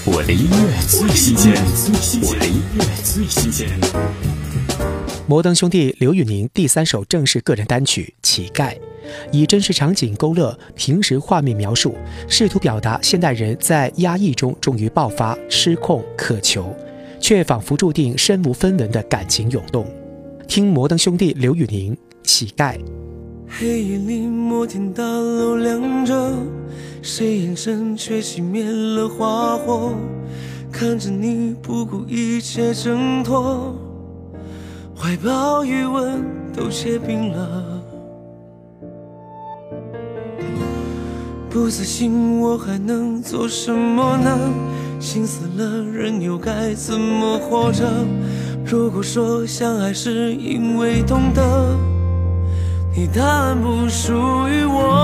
我的音乐最新鲜，我的音乐最新鲜。 摩登兄弟刘宇宁第3首正式个人单曲《乞丐》，以真实场景勾勒平时画面描述，试图表达现代人在压抑中终于爆发、失控、渴求，却仿佛注定身无分文的感情涌动。听摩登兄弟刘宇宁《乞丐》。 黑夜里摩天大楼亮着，谁眼神却熄灭了花火，看着你不顾一切挣脱，怀抱余温都结冰了。不死心我还能做什么呢？心死了人又该怎么活着？如果说相爱是因为懂得，你答案不属于我。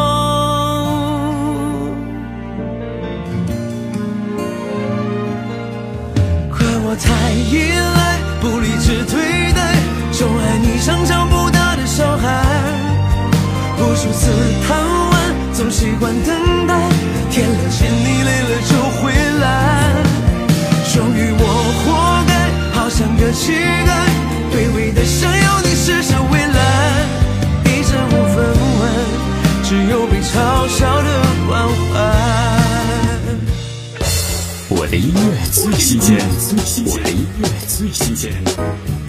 怪我太依赖，不理智对待，宠爱你像长不大的小孩，无数次贪玩，总习惯等待，天了见你累了就回来，终于我活该，好像个乞丐，卑微的想要你施舍未来，身无分文，只有被嘲笑的关怀。 我的音乐最新鲜，我的音乐最新鲜。